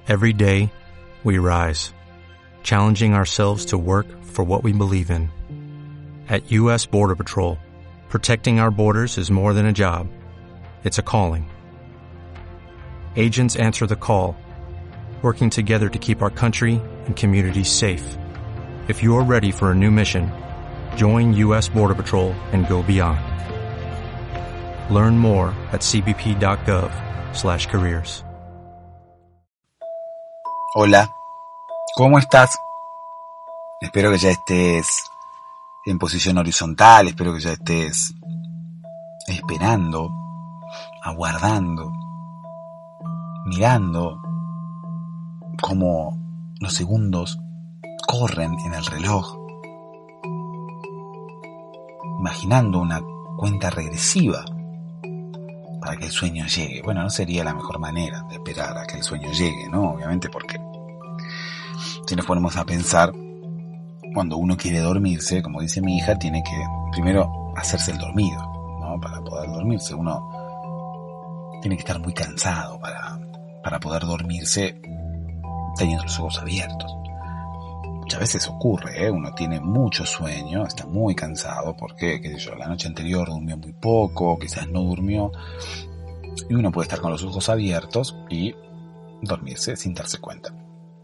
Every day, we rise, challenging ourselves to work for what we believe in. At U.S. Border Patrol, protecting our borders is more than a job. It's a calling. Agents answer the call, working together to keep our country and communities safe. If you're ready for a new mission, join U.S. Border Patrol and go beyond. Learn more at cbp.gov/careers. Hola, ¿cómo estás? Espero que ya estés en posición horizontal, espero que ya estés esperando, aguardando, mirando cómo los segundos corren en el reloj, imaginando una cuenta regresiva para que el sueño llegue. Bueno, no sería la mejor manera de esperar a que el sueño llegue, ¿no? Obviamente, porque si nos ponemos a pensar, cuando uno quiere dormirse, como dice mi hija, tiene que primero hacerse el dormido, ¿no? Para poder dormirse, uno tiene que estar muy cansado para poder dormirse teniendo los ojos abiertos. Muchas veces ocurre, uno tiene mucho sueño, está muy cansado porque, qué sé yo, la noche anterior durmió muy poco, quizás no durmió, y uno puede estar con los ojos abiertos y dormirse sin darse cuenta.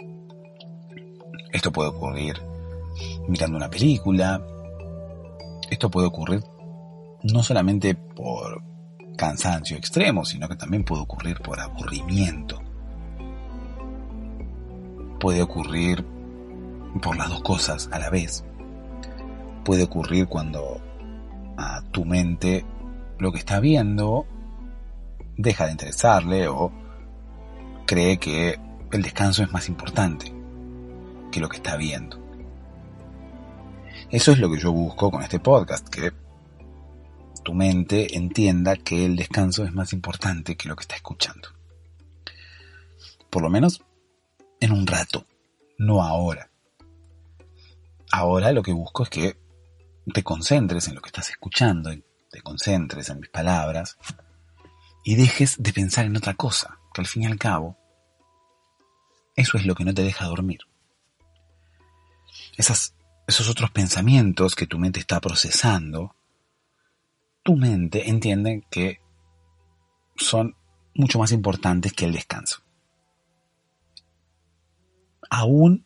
Esto puede ocurrir mirando una película, esto puede ocurrir no solamente por cansancio extremo, sino que también puede ocurrir por aburrimiento. Puede ocurrir por las dos cosas a la vez. Puede ocurrir cuando a tu mente lo que está viendo deja de interesarle o cree que el descanso es más importante que lo que está viendo. Eso es lo que yo busco con este podcast, que tu mente entienda que el descanso es más importante que lo que está escuchando. Por lo menos en un rato, no ahora. Ahora lo que busco es que te concentres en lo que estás escuchando, te concentres en mis palabras y dejes de pensar en otra cosa, que al fin y al cabo eso es lo que no te deja dormir. Esos otros pensamientos que tu mente está procesando, tu mente entiende que son mucho más importantes que el descanso. Aún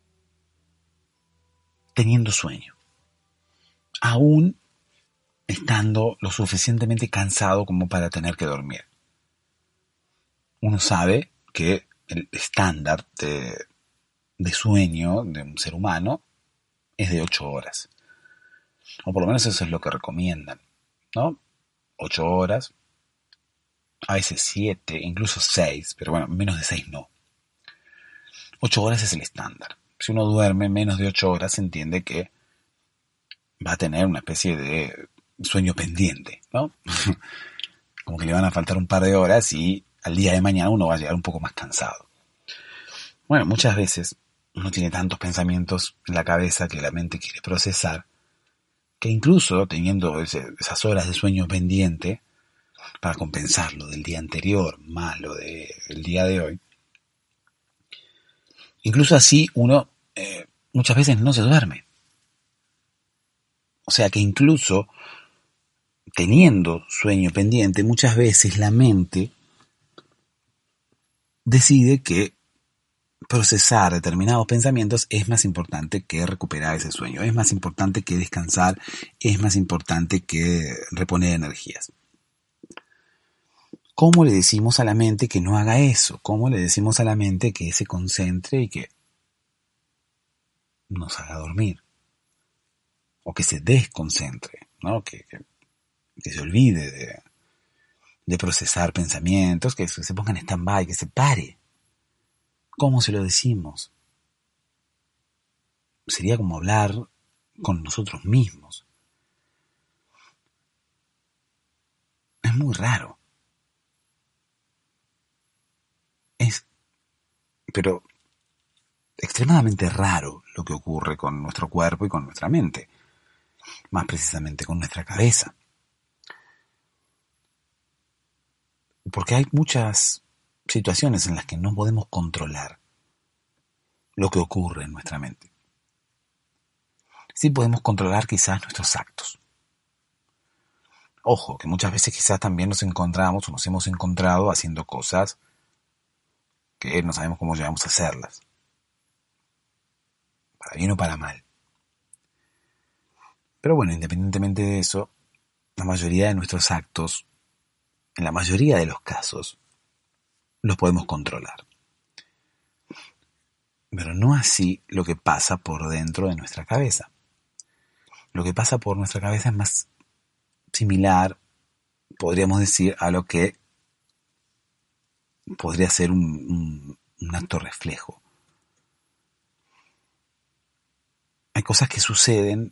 teniendo sueño, aún estando lo suficientemente cansado como para tener que dormir. Uno sabe que el estándar de sueño de un ser humano es de 8 horas. O por lo menos eso es lo que recomiendan, ¿no? 8 horas, a veces 7, incluso 6, pero bueno, menos de 6 no. 8 horas es el estándar. Si uno duerme menos de 8 horas, se entiende que va a tener una especie de sueño pendiente, ¿no? Como que le van a faltar un par de horas y al día de mañana uno va a llegar un poco más cansado. Bueno, muchas veces uno tiene tantos pensamientos en la cabeza que la mente quiere procesar, que incluso teniendo esas horas de sueño pendiente, para compensarlo del día anterior más lo del día de hoy, incluso así uno muchas veces no se duerme. O sea que incluso teniendo sueño pendiente, muchas veces la mente decide que procesar determinados pensamientos es más importante que recuperar ese sueño, es más importante que descansar, es más importante que reponer energías. ¿Cómo le decimos a la mente que no haga eso? ¿Cómo le decimos a la mente que se concentre y que nos haga dormir? O que se desconcentre, ¿no? Que se olvide de procesar pensamientos, que se ponga en stand-by, que se pare. ¿Cómo se lo decimos? Sería como hablar con nosotros mismos. Es muy raro. Pero extremadamente raro lo que ocurre con nuestro cuerpo y con nuestra mente. Más precisamente con nuestra cabeza. Porque hay muchas situaciones en las que no podemos controlar lo que ocurre en nuestra mente. Sí podemos controlar quizás nuestros actos. Ojo, que muchas veces quizás también nos encontramos o nos hemos encontrado haciendo cosas que no sabemos cómo llegamos a hacerlas. Para bien o para mal. Pero bueno, independientemente de eso, la mayoría de nuestros actos, en la mayoría de los casos, los podemos controlar. Pero no así lo que pasa por dentro de nuestra cabeza. Lo que pasa por nuestra cabeza es más similar, podríamos decir, a lo que podría ser un acto reflejo. Hay cosas que suceden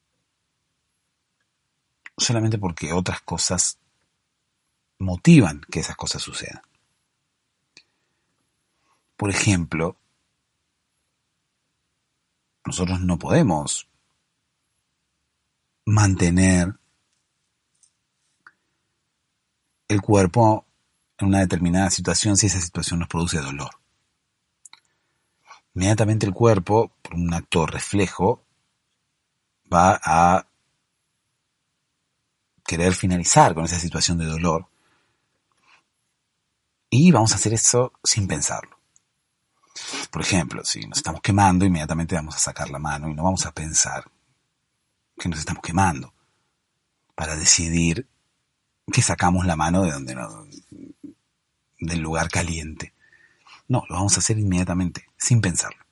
solamente porque otras cosas motivan que esas cosas sucedan. Por ejemplo, nosotros no podemos mantener el cuerpo en una determinada situación si esa situación nos produce dolor. Inmediatamente el cuerpo, por un acto reflejo, va a querer finalizar con esa situación de dolor y vamos a hacer eso sin pensarlo. Por ejemplo, si nos estamos quemando, inmediatamente vamos a sacar la mano y no vamos a pensar que nos estamos quemando para decidir que sacamos la mano del lugar caliente. No, lo vamos a hacer inmediatamente, sin pensarlo.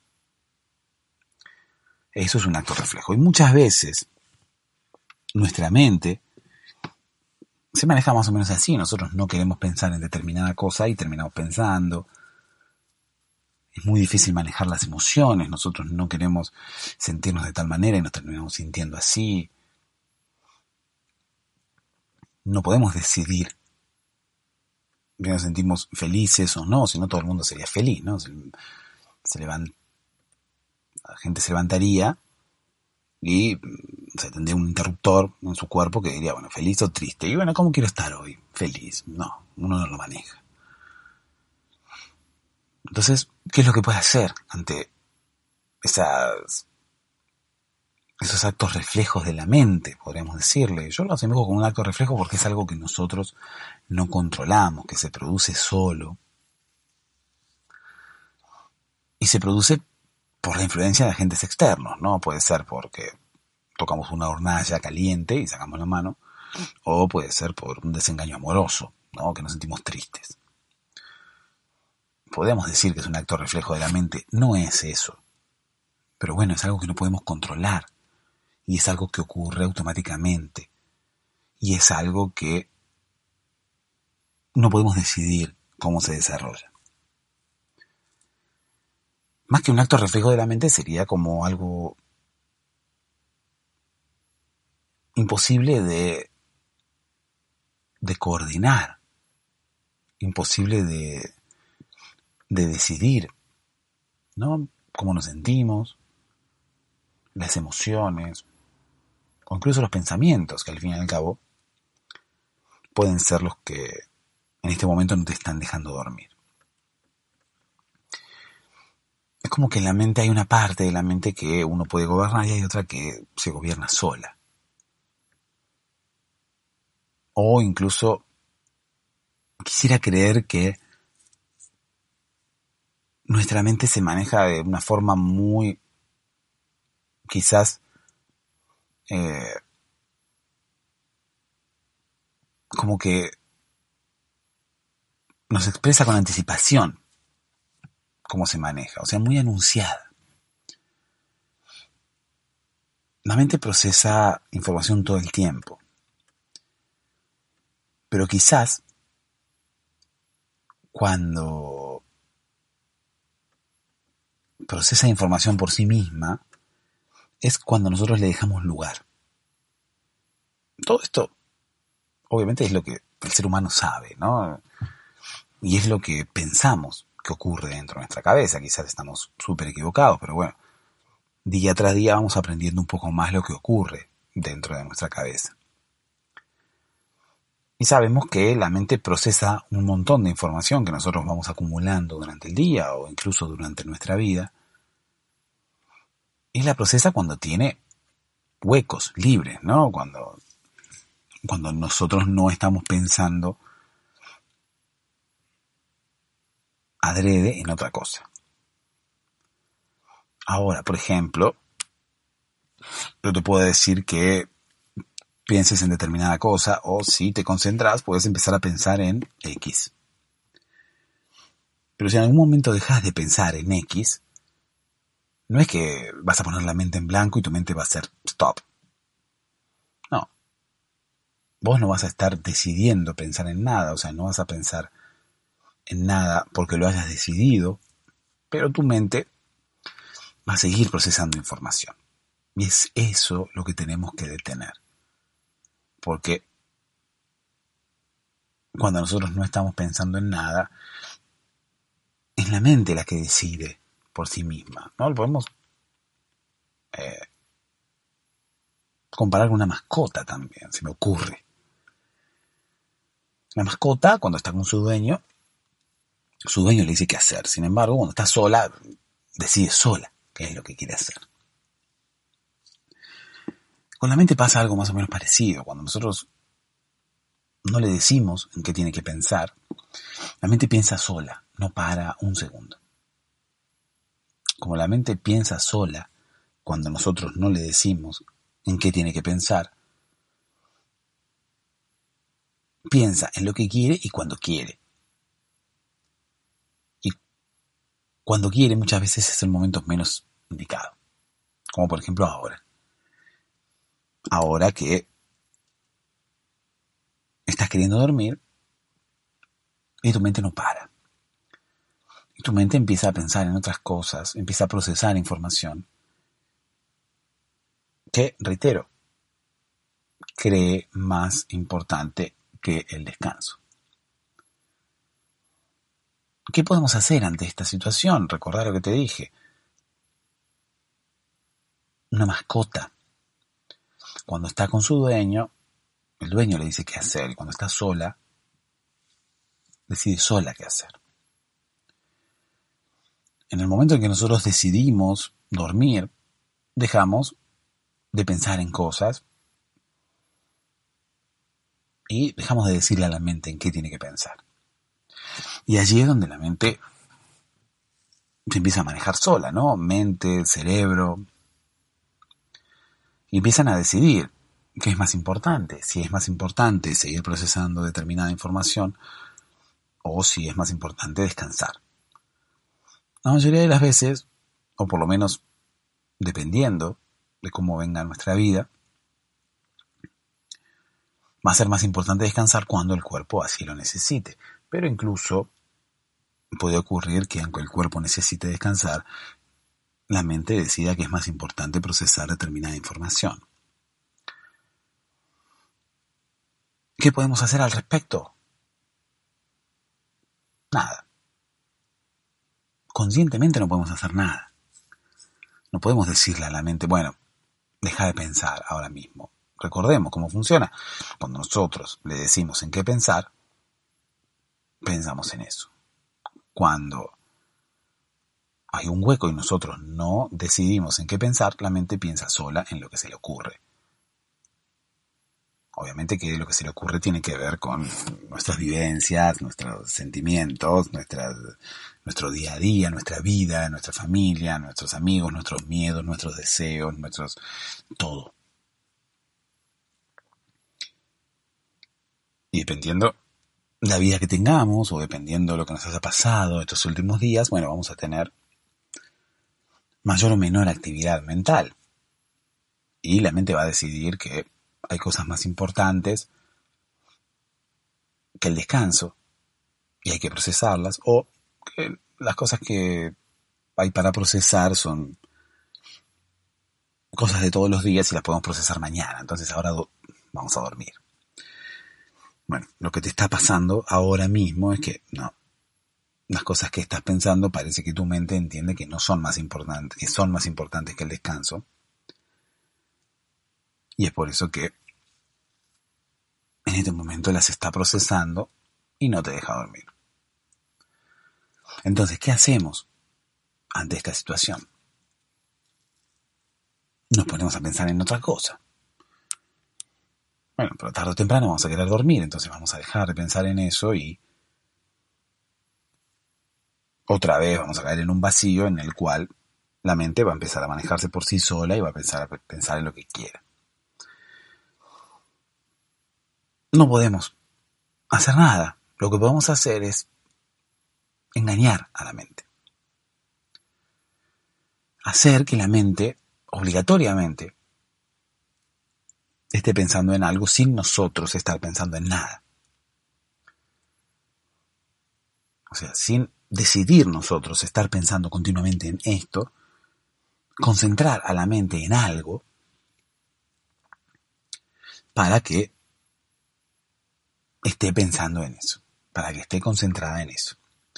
Eso es un acto reflejo. Y muchas veces nuestra mente se maneja más o menos así. Nosotros no queremos pensar en determinada cosa y terminamos pensando. Es muy difícil manejar las emociones. Nosotros no queremos sentirnos de tal manera y nos terminamos sintiendo así. No podemos decidir que nos sentimos felices o no, si no todo el mundo sería feliz, ¿no? La gente se levantaría y se tendría un interruptor en su cuerpo que diría, bueno, feliz o triste. Y bueno, ¿cómo quiero estar hoy? Feliz. No, uno no lo maneja. Entonces, ¿qué es lo que puede hacer ante esos actos reflejos de la mente, podríamos decirle? Yo lo asemejo con un acto reflejo porque es algo que nosotros no controlamos, que se produce solo. Y se produce por la influencia de agentes externos, ¿no? Puede ser porque tocamos una hornalla caliente y sacamos la mano, o puede ser por un desengaño amoroso, ¿no? Que nos sentimos tristes. Podemos decir que es un acto reflejo de la mente, no es eso. Pero bueno, es algo que no podemos controlar. Y es algo que ocurre automáticamente. Y es algo que no podemos decidir cómo se desarrolla. Más que un acto reflejo de la mente sería como algo imposible de coordinar. Imposible de decidir, ¿no? Cómo nos sentimos, las emociones, o incluso los pensamientos, que al fin y al cabo pueden ser los que en este momento no te están dejando dormir. Es como que en la mente hay una parte de la mente que uno puede gobernar y hay otra que se gobierna sola. O incluso quisiera creer que nuestra mente se maneja de una forma muy, quizás, como que nos expresa con anticipación cómo se maneja, o sea, muy anunciada. La mente procesa información todo el tiempo, pero quizás cuando procesa información por sí misma es cuando nosotros le dejamos lugar. Todo esto obviamente es lo que el ser humano sabe, ¿no? Y es lo que pensamos que ocurre dentro de nuestra cabeza. Quizás estamos súper equivocados, pero bueno, día tras día vamos aprendiendo un poco más lo que ocurre dentro de nuestra cabeza. Y sabemos que la mente procesa un montón de información que nosotros vamos acumulando durante el día o incluso durante nuestra vida. Y la procesa cuando tiene huecos libres, ¿no? Cuando nosotros no estamos pensando adrede en otra cosa. Ahora, por ejemplo, yo te puedo decir que pienses en determinada cosa, o si te concentras puedes empezar a pensar en X. Pero si en algún momento dejas de pensar en X, no es que vas a poner la mente en blanco y tu mente va a hacer stop. No. Vos no vas a estar decidiendo pensar en nada, o sea, no vas a pensar en nada porque lo hayas decidido, pero tu mente va a seguir procesando información. Y es eso lo que tenemos que detener. Porque cuando nosotros no estamos pensando en nada, es la mente la que decide por sí misma, ¿no? Lo podemos comparar con una mascota también, se me ocurre. La mascota, cuando está con su dueño le dice qué hacer. Sin embargo, cuando está sola, decide sola qué es lo que quiere hacer. Con la mente pasa algo más o menos parecido. Cuando nosotros no le decimos en qué tiene que pensar, la mente piensa sola, no para un segundo. Como la mente piensa sola, cuando nosotros no le decimos en qué tiene que pensar, piensa en lo que quiere y cuando quiere. Y cuando quiere muchas veces es el momento menos indicado. Como por ejemplo ahora. Ahora que estás queriendo dormir y tu mente no para. Y tu mente empieza a pensar en otras cosas, empieza a procesar información que, reitero, cree más importante que el descanso. ¿Qué podemos hacer ante esta situación? Recordar lo que te dije. Una mascota, cuando está con su dueño, el dueño le dice qué hacer. Y cuando está sola, decide sola qué hacer. En el momento en que nosotros decidimos dormir, dejamos de pensar en cosas y dejamos de decirle a la mente en qué tiene que pensar. Y allí es donde la mente se empieza a manejar sola, ¿no? Mente, cerebro. Y empiezan a decidir qué es más importante. Si es más importante seguir procesando determinada información o si es más importante descansar. La mayoría de las veces, o por lo menos dependiendo de cómo venga nuestra vida, va a ser más importante descansar cuando el cuerpo así lo necesite. Pero incluso puede ocurrir que aunque el cuerpo necesite descansar, la mente decida que es más importante procesar determinada información. ¿Qué podemos hacer al respecto? Nada. Conscientemente no podemos hacer nada. No podemos decirle a la mente, bueno, deja de pensar ahora mismo. Recordemos cómo funciona. Cuando nosotros le decimos en qué pensar, pensamos en eso. Cuando hay un hueco y nosotros no decidimos en qué pensar, la mente piensa sola en lo que se le ocurre. Obviamente que lo que se le ocurre tiene que ver con nuestras vivencias, nuestros sentimientos, nuestro día a día, nuestra vida, nuestra familia, nuestros amigos, nuestros miedos, nuestros deseos, todo. Y dependiendo la vida que tengamos o dependiendo lo que nos haya pasado estos últimos días, bueno, vamos a tener mayor o menor actividad mental. Y la mente va a decidir que hay cosas más importantes que el descanso y hay que procesarlas, o que las cosas que hay para procesar son cosas de todos los días y las podemos procesar mañana. Entonces ahora vamos a dormir. Bueno, lo que te está pasando ahora mismo es que no, las cosas que estás pensando parece que tu mente entiende que no son más importantes, que son más importantes que el descanso. Y es por eso que en este momento las está procesando y no te deja dormir. Entonces, ¿qué hacemos ante esta situación? Nos ponemos a pensar en otra cosa. Bueno, pero tarde o temprano vamos a querer dormir, entonces vamos a dejar de pensar en eso y otra vez vamos a caer en un vacío en el cual la mente va a empezar a manejarse por sí sola y va a empezar a pensar en lo que quiera. No podemos hacer nada. Lo que podemos hacer es engañar a la mente. Hacer que la mente, obligatoriamente, esté pensando en algo sin nosotros estar pensando en nada. O sea, sin decidir nosotros estar pensando continuamente en esto, concentrar a la mente en algo para que esté pensando en eso, para que esté concentrada en eso.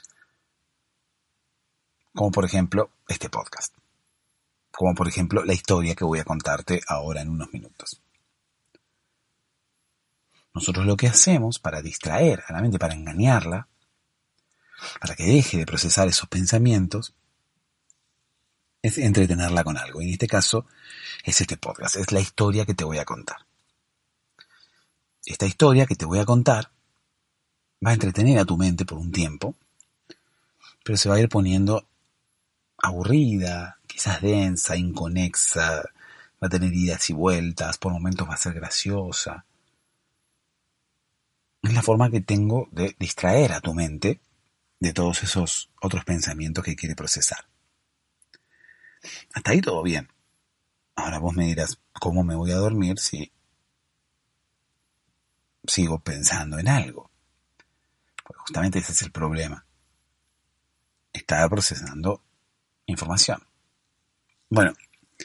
Como por ejemplo este podcast. Como por ejemplo la historia que voy a contarte ahora en unos minutos. Nosotros lo que hacemos para distraer a la mente, para engañarla, para que deje de procesar esos pensamientos, es entretenerla con algo. Y en este caso es este podcast, es la historia que te voy a contar. Esta historia que te voy a contar va a entretener a tu mente por un tiempo, pero se va a ir poniendo aburrida, quizás densa, inconexa, va a tener idas y vueltas, por momentos va a ser graciosa. Es la forma que tengo de distraer a tu mente de todos esos otros pensamientos que quiere procesar. Hasta ahí todo bien. Ahora vos me dirás, ¿cómo me voy a dormir si sigo pensando en algo? Pues justamente ese es el problema. Estar procesando información. Bueno,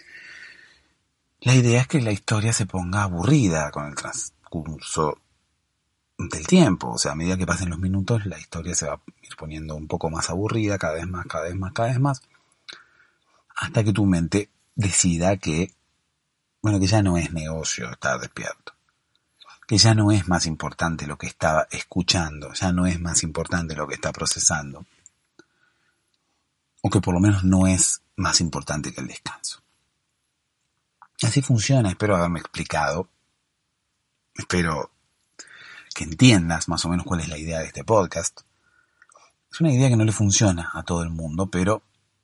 la idea es que la historia se ponga aburrida con el transcurso del tiempo. O sea, a medida que pasen los minutos, la historia se va a ir poniendo un poco más aburrida, cada vez más, hasta que tu mente decida que ya no es negocio estar despierto. Que ya no es más importante lo que estaba escuchando, ya no es más importante lo que está procesando. O que por lo menos no es más importante que el descanso. Así funciona, espero haberme explicado. Espero que entiendas más o menos cuál es la idea de este podcast. Es una idea que no le funciona a todo el mundo, pero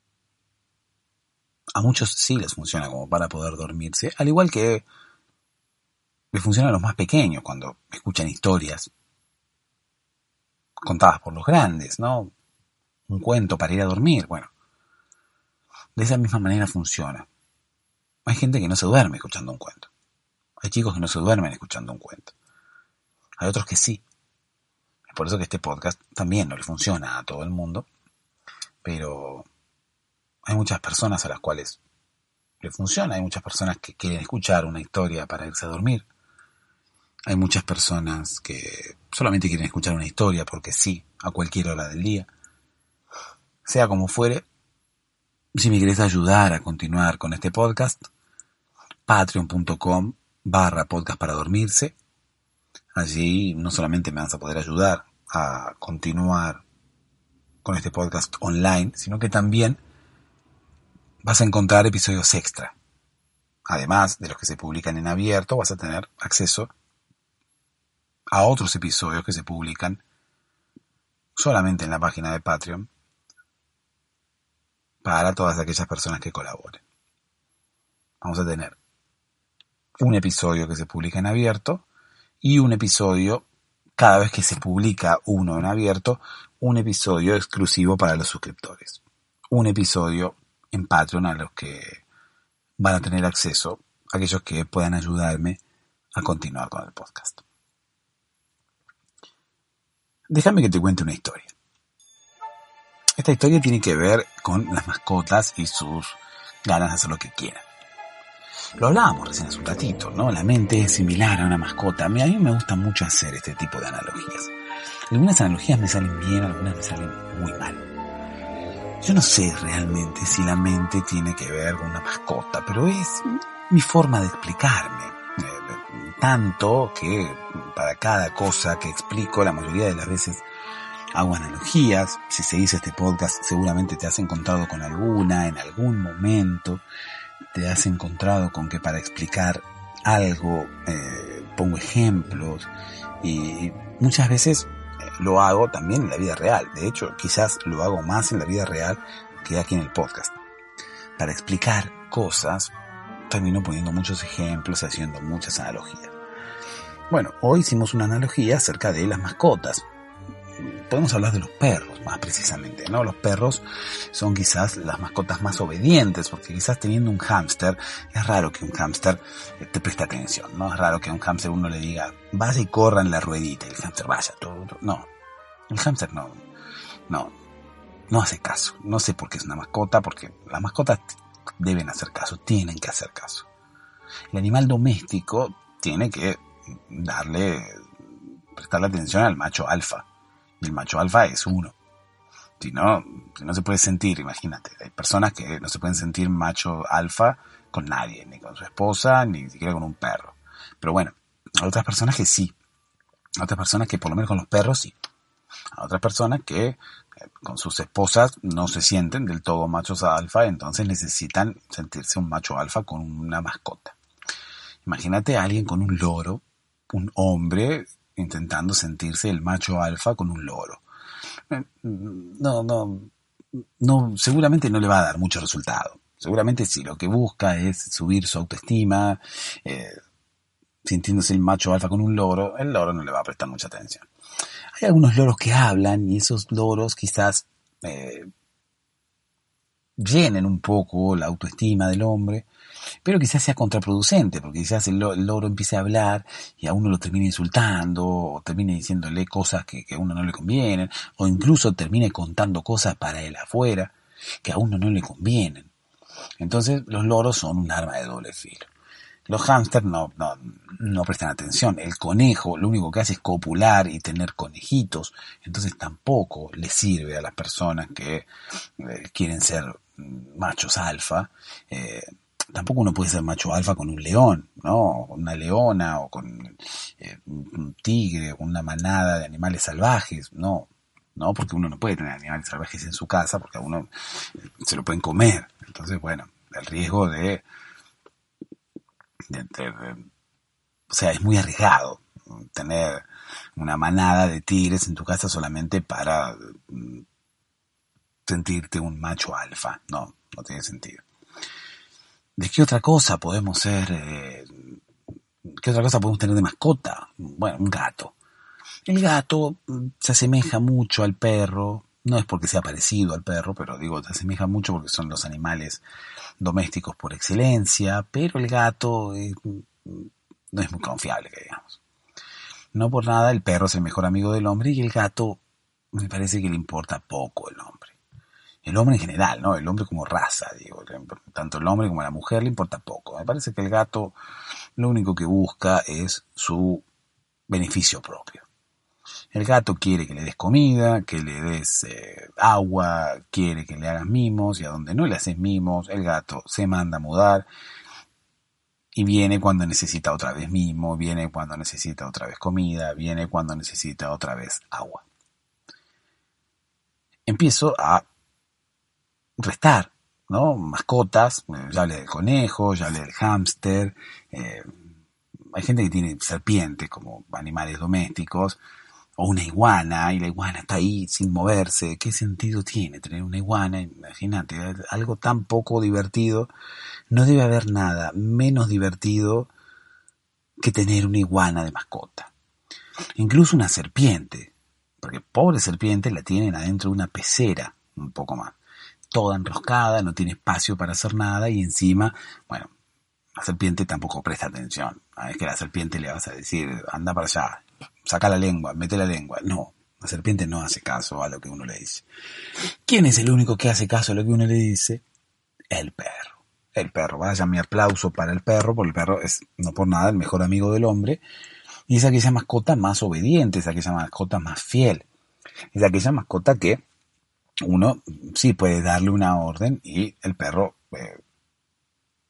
a muchos sí les funciona como para poder dormirse, al igual que le funciona a los más pequeños cuando escuchan historias contadas por los grandes, ¿no? Un cuento para ir a dormir, bueno. De esa misma manera funciona. Hay gente que no se duerme escuchando un cuento. Hay chicos que no se duermen escuchando un cuento. Hay otros que sí. Es por eso que este podcast también no le funciona a todo el mundo, pero hay muchas personas a las cuales le funciona. Hay muchas personas que quieren escuchar una historia para irse a dormir. Hay muchas personas que solamente quieren escuchar una historia porque sí, a cualquier hora del día. Sea como fuere, si me querés ayudar a continuar con este podcast, patreon.com/podcast para dormirse. Allí no solamente me vas a poder ayudar a continuar con este podcast online, sino que también vas a encontrar episodios extra. Además de los que se publican en abierto, vas a tener acceso a otros episodios que se publican solamente en la página de Patreon para todas aquellas personas que colaboren. Vamos a tener un episodio que se publica en abierto y un episodio, cada vez que se publica uno en abierto, un episodio exclusivo para los suscriptores. Un episodio en Patreon a los que van a tener acceso aquellos que puedan ayudarme a continuar con el podcast. Déjame que te cuente una historia. Esta historia tiene que ver con las mascotas y sus ganas de hacer lo que quieran. Lo hablábamos recién hace un ratito, ¿no? La mente es similar a una mascota. A mí me gusta mucho hacer este tipo de analogías. Algunas analogías me salen bien, algunas me salen muy mal. Yo no sé realmente si la mente tiene que ver con una mascota, pero es mi forma de explicarme. tanto que para cada cosa que explico, la mayoría de las veces hago analogías. Si seguís este podcast, seguramente te has encontrado con alguna, en algún momento te has encontrado con que para explicar algo pongo ejemplos, y muchas veces lo hago también en la vida real. De hecho, quizás lo hago más en la vida real que aquí en el podcast. Para explicar cosas termino poniendo muchos ejemplos y haciendo muchas analogías. Bueno, hoy hicimos una analogía acerca de las mascotas. Podemos hablar de los perros más precisamente, ¿no? Los perros son quizás las mascotas más obedientes, porque quizás teniendo un hámster, es raro que un hámster te preste atención, ¿no? Es raro que a un hámster uno le diga, vaya y corra en la ruedita, y el hámster vaya. No, el hámster no hace caso. No sé por qué es una mascota, porque las mascotas deben hacer caso, tienen que hacer caso. El animal doméstico tiene que prestarle atención al macho alfa. Y el macho alfa es uno. Si no se puede sentir, imagínate, hay personas que no se pueden sentir macho alfa con nadie, ni con su esposa, ni siquiera con un perro. Pero bueno, hay otras personas que sí. Hay otras personas que por lo menos con los perros sí. Hay otras personas que con sus esposas no se sienten del todo machos alfa, entonces necesitan sentirse un macho alfa con una mascota. Imagínate a alguien con un loro, un hombre intentando sentirse el macho alfa con un loro. No, seguramente no le va a dar mucho resultado. Seguramente sí, lo que busca es subir su autoestima, sintiéndose el macho alfa con un loro, el loro no le va a prestar mucha atención. Hay algunos loros que hablan, y esos loros quizás llenen un poco la autoestima del hombre, pero quizás sea contraproducente, porque quizás el loro empiece a hablar y a uno lo termine insultando, o termine diciéndole cosas que a uno no le convienen, o incluso termine contando cosas para él afuera que a uno no le convienen. Entonces los loros son un arma de doble filo. Los hámsters no prestan atención. El conejo lo único que hace es copular y tener conejitos, entonces tampoco le sirve a las personas que quieren ser machos alfa. Tampoco uno puede ser macho alfa con un león, ¿no? Con una leona, o con un tigre, una manada de animales salvajes. No, porque uno no puede tener animales salvajes en su casa, porque a uno se lo pueden comer. Entonces, bueno, el riesgo o sea, es muy arriesgado tener una manada de tigres en tu casa solamente para sentirte un macho alfa. No tiene sentido. ¿De qué otra cosa podemos ser? ¿Qué otra cosa podemos tener de mascota? Bueno, un gato. El gato se asemeja mucho al perro. No es porque sea parecido al perro, pero digo, se asemeja mucho porque son los animales domésticos por excelencia. Pero el gato no es muy confiable, que digamos. No por nada el perro es el mejor amigo del hombre, y el gato me parece que le importa poco el hombre. El hombre en general, ¿no? El hombre como raza, digo. Tanto el hombre como la mujer le importa poco. Me parece que el gato lo único que busca es su beneficio propio. El gato quiere que le des comida, que le des agua, quiere que le hagas mimos, y a donde no le haces mimos, el gato se manda a mudar y viene cuando necesita otra vez mimo, viene cuando necesita otra vez comida, viene cuando necesita otra vez agua. Empiezo a restar, ¿no? Mascotas, ya hablé del conejo, ya hablé del hámster, hay gente que tiene serpientes como animales domésticos, o una iguana, y la iguana está ahí sin moverse. ¿Qué sentido tiene tener una iguana? Imagínate, algo tan poco divertido. No debe haber nada menos divertido que tener una iguana de mascota. Incluso una serpiente, porque pobre serpiente la tienen adentro de una pecera, un poco más. Toda enroscada, no tiene espacio para hacer nada, y encima, bueno, la serpiente tampoco presta atención. Es que a la serpiente le vas a decir, anda para allá, saca la lengua, mete la lengua. No, la serpiente no hace caso a lo que uno le dice. ¿Quién es el único que hace caso a lo que uno le dice? El perro. El perro, vaya mi aplauso para el perro, porque el perro es, no por nada, el mejor amigo del hombre, y es aquella mascota más obediente, es aquella mascota más fiel, es aquella mascota que uno sí puede darle una orden y el perro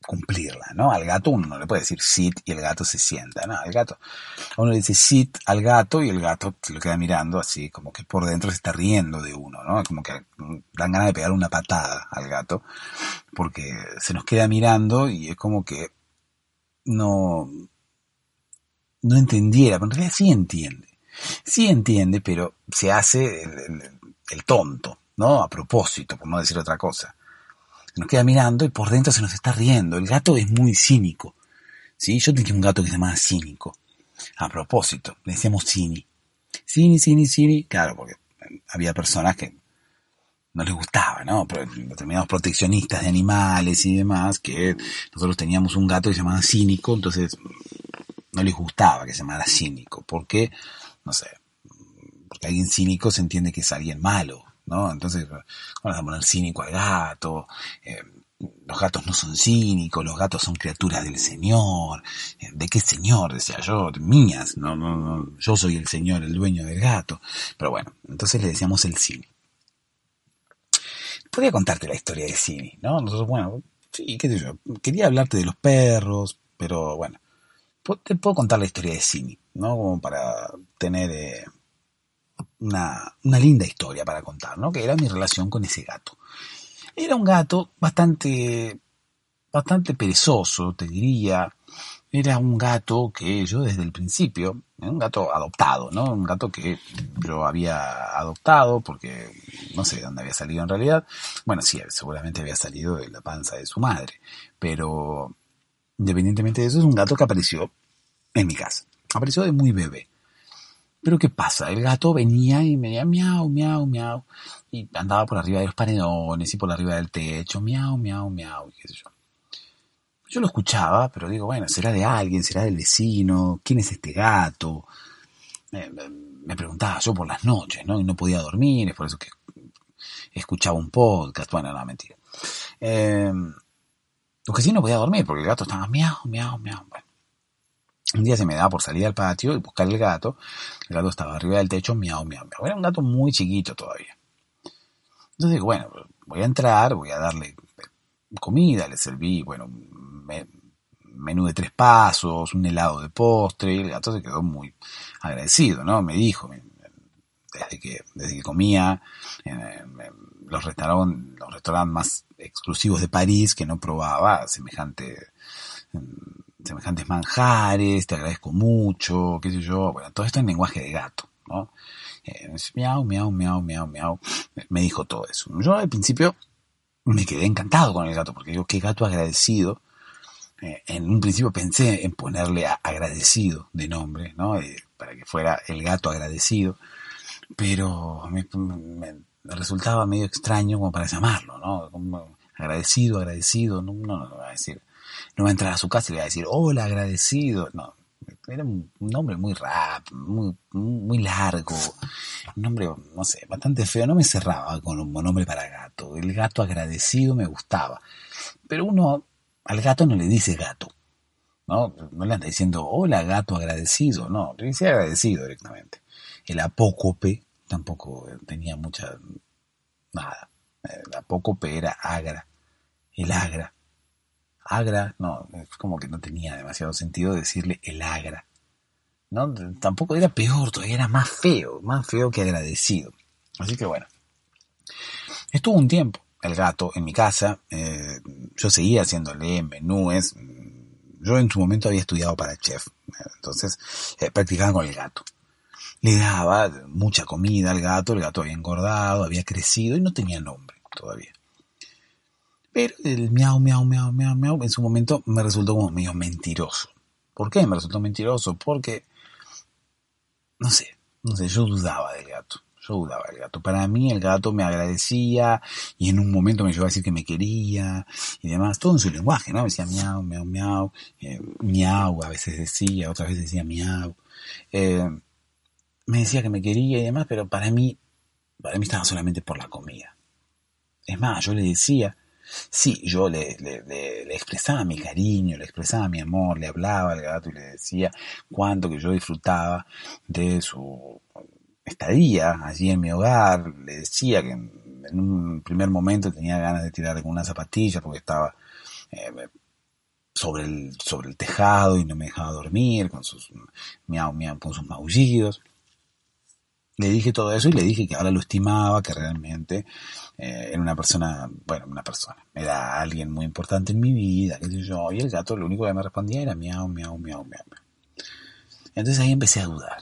cumplirla, ¿no? Al gato uno no le puede decir sit y el gato se sienta, ¿no? Al gato, uno le dice sit al gato y el gato se lo queda mirando así, como que por dentro se está riendo de uno, ¿no? Como que dan ganas de pegar una patada al gato, porque se nos queda mirando y es como que no entendiera, pero en realidad sí entiende, pero se hace el tonto, ¿no? A propósito, por no decir otra cosa. Nos queda mirando y por dentro se nos está riendo. El gato es muy cínico, ¿sí? Yo tenía un gato que se llamaba Cínico. A propósito, le decíamos Cini. Cini. Claro, porque había personas que no les gustaba, ¿no? Determinados proteccionistas de animales y demás, que nosotros teníamos un gato que se llamaba Cínico, entonces no les gustaba que se llamara Cínico. ¿Por qué? No sé. Porque alguien cínico se entiende que es alguien malo, ¿no? Entonces, vamos a poner cínico al gato, los gatos no son cínicos, los gatos son criaturas del Señor. ¿De qué Señor? Decía yo, mías, no, yo soy el Señor, el dueño del gato. Pero bueno, entonces le decíamos el Cini. Podría contarte la historia de Cini, ¿no? Nosotros, bueno, sí, qué sé yo, quería hablarte de los perros, pero bueno, te puedo contar la historia de Cini, ¿no? Como para tener una linda historia para contar, ¿no? Que era mi relación con ese gato. Era un gato bastante perezoso, te diría. Era un gato que yo desde el principio, un gato adoptado, ¿no? Un gato que yo había adoptado porque no sé de dónde había salido en realidad. Bueno, sí, seguramente había salido de la panza de su madre, pero independientemente de eso, es un gato que apareció en mi casa. Apareció de muy bebé. Pero ¿qué pasa? El gato venía y me decía miau, miau, miau. Y andaba por arriba de los paredones y por arriba del techo, miau, miau, miau, y qué sé yo. Yo lo escuchaba, pero digo, bueno, será de alguien, será del vecino, ¿quién es este gato? Me preguntaba yo por las noches, ¿no? Y no podía dormir, es por eso que escuchaba un podcast. Bueno, no, mentira. Lo que sí no podía dormir, porque el gato estaba miau, miau, miau. Bueno. Un día se me daba por salir al patio y buscar el gato. El gato estaba arriba del techo, miau, miau, miau. Era un gato muy chiquito todavía. Entonces digo, bueno, voy a entrar, voy a darle comida, le serví, bueno, un menú de 3 pasos, un helado de postre, y el gato se quedó muy agradecido, ¿no? Me dijo, desde que comía en los restaurantes más exclusivos de París, que no probaba semejantes manjares, te agradezco mucho, qué sé yo, bueno, todo esto en lenguaje de gato, ¿no? Miau, miau, miau, miau, miau, me dijo todo eso. Yo al principio me quedé encantado con el gato, porque digo, qué gato agradecido. En un principio pensé en ponerle agradecido de nombre, ¿no? Para que fuera el gato agradecido, pero me resultaba medio extraño como para llamarlo, ¿no? Como agradecido, no va a decir, no va a entrar a su casa y le va a decir, hola, agradecido, no. Era un nombre muy muy largo, un nombre, no sé, bastante feo, no me cerraba con un nombre para gato. El gato agradecido me gustaba, pero uno al gato no le dice gato, ¿no? No le anda diciendo, hola, gato agradecido, no, le dice agradecido directamente. El apócope tampoco tenía nada. El apócope era agra, el agra. Agra, no, es como que no tenía demasiado sentido decirle el agra, ¿no? Tampoco era peor, todavía era más feo que agradecido. Así que bueno, estuvo un tiempo el gato en mi casa, yo seguía haciéndole menúes, yo en su momento había estudiado para chef, entonces practicaba con el gato. Le daba mucha comida al gato, el gato había engordado, había crecido y no tenía nombre todavía. Pero el miau, miau, miau, miau, miau, en su momento me resultó como medio mentiroso. ¿Por qué me resultó mentiroso? Porque, no sé, yo dudaba del gato. Para mí el gato me agradecía y en un momento me llegó a decir que me quería y demás. Todo en su lenguaje, ¿no? Me decía miau, miau, miau, miau, a veces decía, otras veces decía miau. Me decía que me quería y demás, pero para mí estaba solamente por la comida. Es más, yo le decía, sí, yo le expresaba mi cariño, le expresaba mi amor, le hablaba al gato y le decía cuánto que yo disfrutaba de su estadía allí en mi hogar. Le decía que en un primer momento tenía ganas de tirarle con una zapatilla porque estaba sobre el tejado y no me dejaba dormir con sus miau miau, con sus maullidos. Le dije todo eso y le dije que ahora lo estimaba, que realmente era una persona, era alguien muy importante en mi vida, qué sé yo, y el gato lo único que me respondía era miau, miau, miau, miau. Entonces ahí empecé a dudar.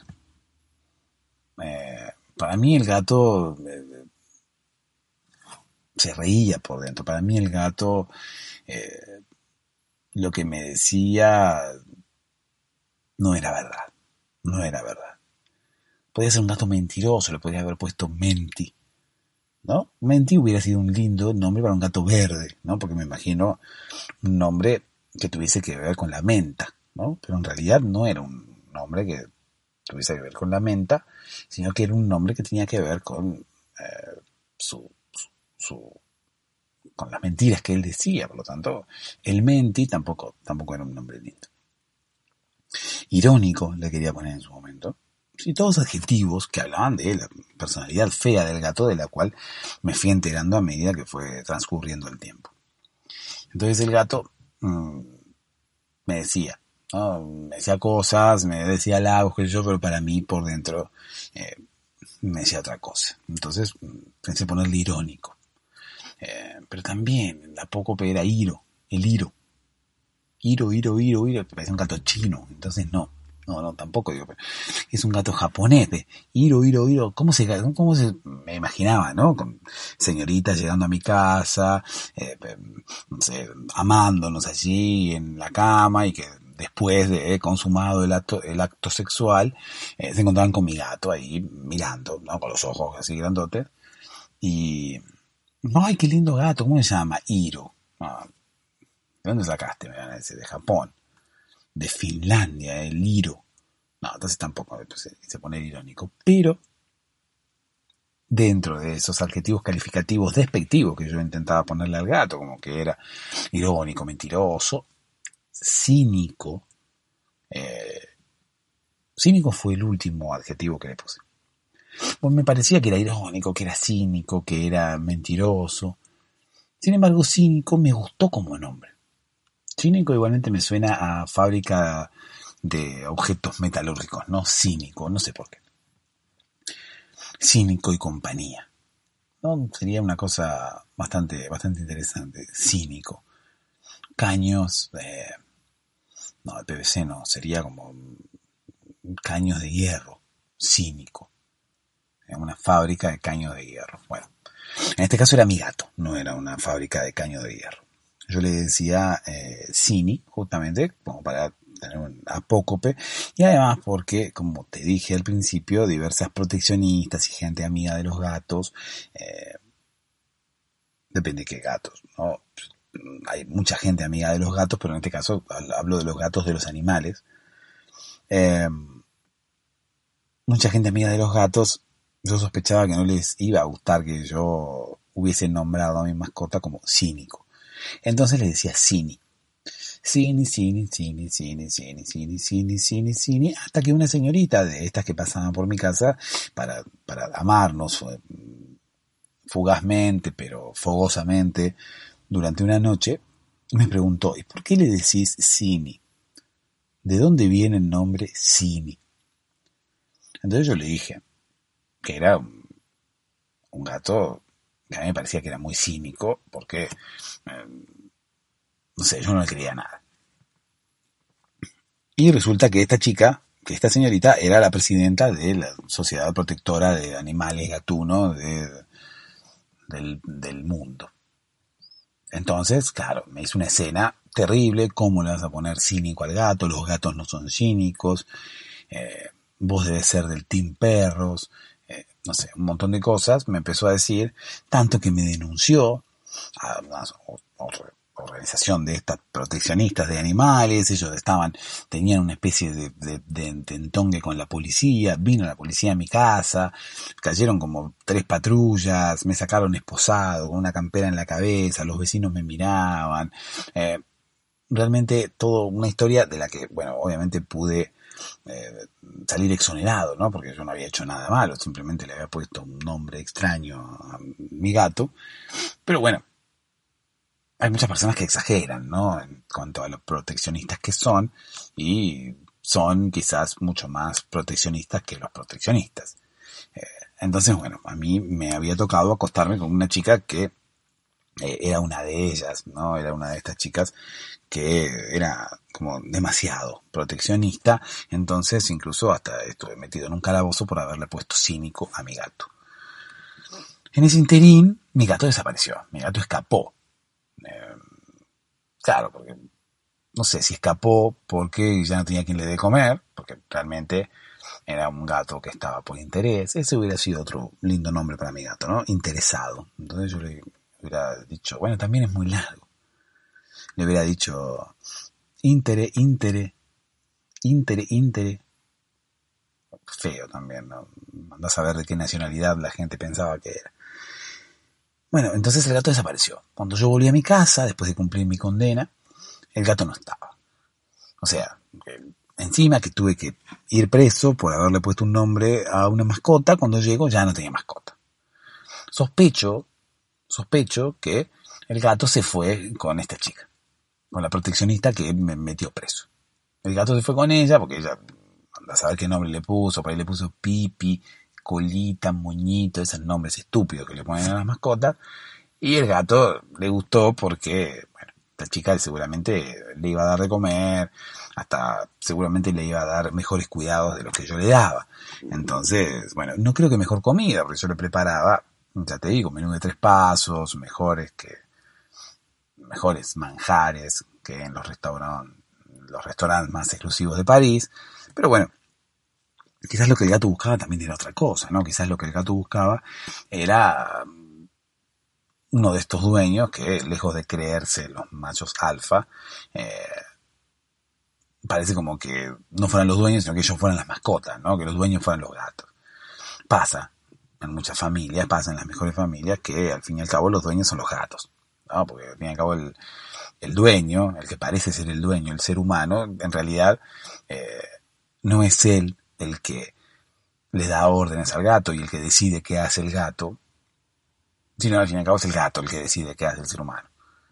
Para mí el gato se reía por dentro, para mí el gato lo que me decía no era verdad, no era verdad. Podía ser un gato mentiroso, le podría haber puesto Menti, ¿no? Menti hubiera sido un lindo nombre para un gato verde, ¿no? Porque me imagino un nombre que tuviese que ver con la menta, ¿no? Pero en realidad no era un nombre que tuviese que ver con la menta, sino que era un nombre que tenía que ver con con las mentiras que él decía. Por lo tanto, el Menti tampoco era un nombre lindo. Irónico le quería poner en su momento. Y todos adjetivos que hablaban de la personalidad fea del gato, de la cual me fui enterando a medida que fue transcurriendo el tiempo. Entonces el gato me decía, ¿no? Me decía cosas, me decía halagos, que yo, pero para mí por dentro me decía otra cosa. Entonces pensé ponerle irónico. Pero también la apócope era Iro, el Iro. Iro, parece un gato chino, entonces no, tampoco digo, es un gato japonés, Iro, ¿cómo se me imaginaba, ¿no? Con señoritas llegando a mi casa, no sé, amándonos allí en la cama y que después de consumado el acto sexual, se encontraban con mi gato ahí mirando, ¿no? Con los ojos así grandotes y, ¡ay, qué lindo gato! ¿Cómo se llama? Iro. ¿De dónde sacaste? Me van a decir, de Japón, de Finlandia, el Iro. No, entonces tampoco se pone irónico. Pero dentro de esos adjetivos calificativos despectivos que yo intentaba ponerle al gato, como que era irónico, mentiroso, cínico. Cínico fue el último adjetivo que le puse. Pues me parecía que era irónico, que era cínico, que era mentiroso. Sin embargo, cínico me gustó como nombre. Cínico igualmente me suena a fábrica de objetos metalúrgicos, ¿no? Cínico, no sé por qué. Cínico y compañía, ¿no? Sería una cosa bastante interesante. Cínico. Caños, no, el PVC no, sería como caños de hierro. Cínico. Una fábrica de caños de hierro. Bueno, en este caso era mi gato, no era una fábrica de caños de hierro. Yo le decía Cini, justamente, como para tener un apócope, y además porque, como te dije al principio, diversas proteccionistas y gente amiga de los gatos, depende de qué gatos, ¿no? Hay mucha gente amiga de los gatos, pero en este caso hablo de los gatos de los animales. Mucha gente amiga de los gatos, yo sospechaba que no les iba a gustar que yo hubiese nombrado a mi mascota como cínico. Entonces le decía Cini. Cini, hasta que una señorita de estas que pasaban por mi casa para amarnos fugazmente, pero fogosamente, durante una noche, me preguntó, ¿y por qué le decís Cini? ¿De dónde viene el nombre Cini? Entonces yo le dije que era un gato que a mí me parecía que era muy cínico, porque, no sé, yo no le creía nada. Y resulta que esta señorita era la presidenta de la Sociedad Protectora de Animales Gatuno del mundo. Entonces, claro, me hizo una escena terrible. ¿Cómo le vas a poner cínico al gato? Los gatos no son cínicos. Vos debes ser del team perros. No sé, un montón de cosas. Me empezó a decir, tanto que me denunció a una organización de estas proteccionistas de animales. Ellos tenían una especie de entongue con la policía. Vino la policía a mi casa, cayeron como 3 patrullas, me sacaron esposado con una campera en la cabeza, los vecinos me miraban. Realmente todo una historia de la que, bueno, obviamente pude salir exonerado, ¿no? Porque yo no había hecho nada malo, simplemente le había puesto un nombre extraño a mi gato. Pero bueno, hay muchas personas que exageran, ¿no? En cuanto a los proteccionistas que son, y son quizás mucho más proteccionistas que los proteccionistas. Entonces, bueno, a mí me había tocado acostarme con una chica que era una de ellas, ¿no? Era una de estas chicas que era como demasiado proteccionista, entonces incluso hasta estuve metido en un calabozo por haberle puesto cínico a mi gato. En ese interín, mi gato desapareció, mi gato escapó. Claro, porque no sé si escapó porque ya no tenía quien le dé de comer, porque realmente era un gato que estaba por interés. Ese hubiera sido otro lindo nombre para mi gato, ¿no? Interesado. Entonces yo le hubiera dicho, bueno, también es muy largo. Le hubiera dicho, intere. Feo también, ¿no? Andá a saber de qué nacionalidad la gente pensaba que era. Bueno, entonces el gato desapareció. Cuando yo volví a mi casa, después de cumplir mi condena, el gato no estaba. O sea, encima que tuve que ir preso por haberle puesto un nombre a una mascota, cuando llego ya no tenía mascota. Sospecho que el gato se fue con esta chica, con la proteccionista que me metió preso. El gato se fue con ella porque ella, a saber qué nombre le puso, por ahí le puso Pipi, Colita, Moñito, esos nombres estúpidos que le ponen a las mascotas, y el gato le gustó porque, bueno, esta chica seguramente le iba a dar de comer, hasta seguramente le iba a dar mejores cuidados de los que yo le daba. Entonces, bueno, no creo que mejor comida, porque yo le preparaba, ya te digo, menú de 3 pasos, mejores manjares que en los restaurantes más exclusivos de París. Pero bueno, quizás lo que el gato buscaba también era otra cosa, ¿no? Quizás lo que el gato buscaba era uno de estos dueños que, lejos de creerse los machos alfa, parece como que no fueran los dueños, sino que ellos fueran las mascotas, ¿no? Que los dueños fueran los gatos. Pasa en muchas familias, pasa en las mejores familias, que al fin y al cabo los dueños son los gatos, ¿no? Porque al fin y al cabo el dueño, el que parece ser el dueño, el ser humano, en realidad no es él el que le da órdenes al gato y el que decide qué hace el gato, sino al fin y al cabo es el gato el que decide qué hace el ser humano.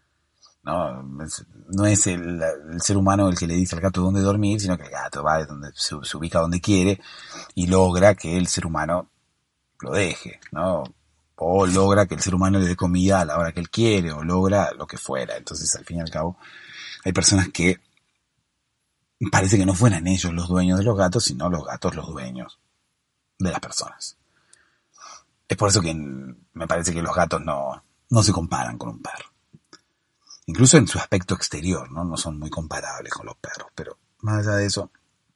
No es el ser humano el que le dice al gato dónde dormir, sino que el gato va donde se ubica donde quiere y logra que el ser humano lo deje, ¿no? O logra que el ser humano le dé comida a la hora que él quiere, o logra lo que fuera. Entonces, al fin y al cabo, hay personas que parece que no fueran ellos los dueños de los gatos, sino los gatos los dueños de las personas. Es por eso que me parece que los gatos no se comparan con un perro. Incluso en su aspecto exterior, ¿no? No son muy comparables con los perros. Pero más allá de eso,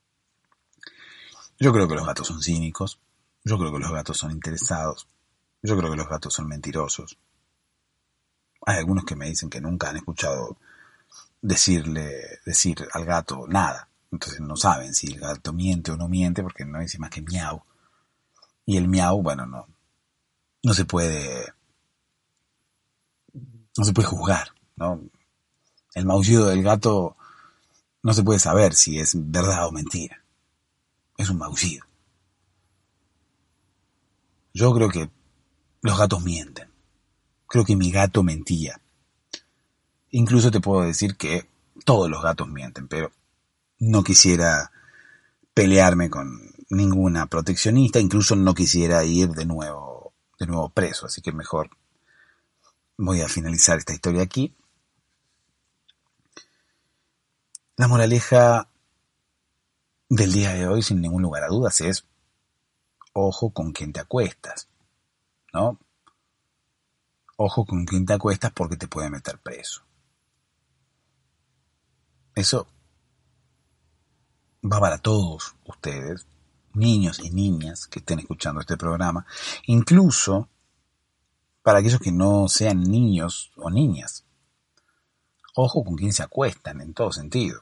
yo creo que los gatos son cínicos. Yo creo que los gatos son interesados. Yo creo que los gatos son mentirosos. Hay algunos que me dicen que nunca han escuchado decir al gato nada. Entonces no saben si el gato miente o no miente porque no dice más que miau. Y el miau, bueno, no se puede juzgar, ¿no? El maullido del gato no se puede saber si es verdad o mentira. Es un maullido. Yo creo que los gatos mienten. Creo que mi gato mentía. Incluso te puedo decir que todos los gatos mienten, pero no quisiera pelearme con ninguna proteccionista, incluso no quisiera ir de nuevo preso, así que mejor voy a finalizar esta historia aquí. La moraleja del día de hoy, sin ningún lugar a dudas, es ojo con quién te acuestas, ¿no? Ojo con quién te acuestas porque te puede meter preso. Eso va para todos ustedes, niños y niñas que estén escuchando este programa, incluso para aquellos que no sean niños o niñas. Ojo con quién se acuestan en todo sentido,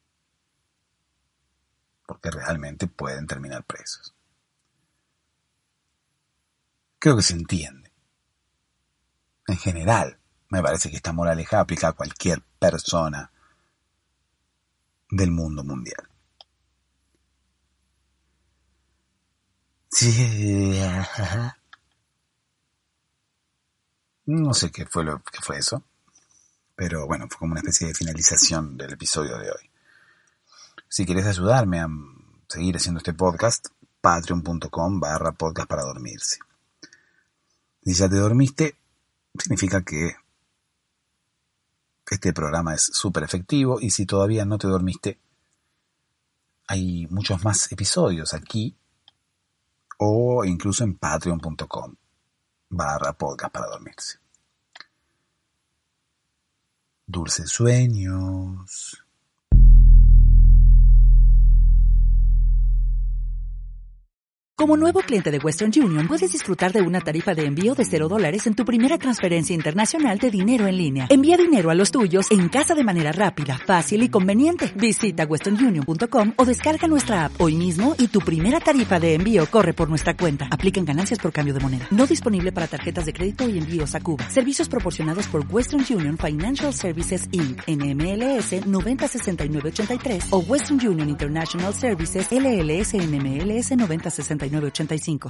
porque realmente pueden terminar presos. Creo que se entiende. En general, me parece que esta moraleja aplica a cualquier persona del mundo mundial. Sí, no sé qué fue eso, Pero bueno, fue como una especie de finalización del episodio de hoy. Si querés ayudarme a seguir haciendo este podcast, patreon.com/podcast para dormirse. Si ya te dormiste, significa que este programa es súper efectivo, y si todavía no te dormiste, hay muchos más episodios aquí o incluso en patreon.com/podcast para dormirse. Dulces sueños. Como nuevo cliente de Western Union, puedes disfrutar de una tarifa de envío de $0 en tu primera transferencia internacional de dinero en línea. Envía dinero a los tuyos en casa de manera rápida, fácil y conveniente. Visita westernunion.com o descarga nuestra app hoy mismo y tu primera tarifa de envío corre por nuestra cuenta. Aplican ganancias por cambio de moneda. No disponible para tarjetas de crédito y envíos a Cuba. Servicios proporcionados por Western Union Financial Services Inc. NMLS 906983 o Western Union International Services LLS NMLS 906985.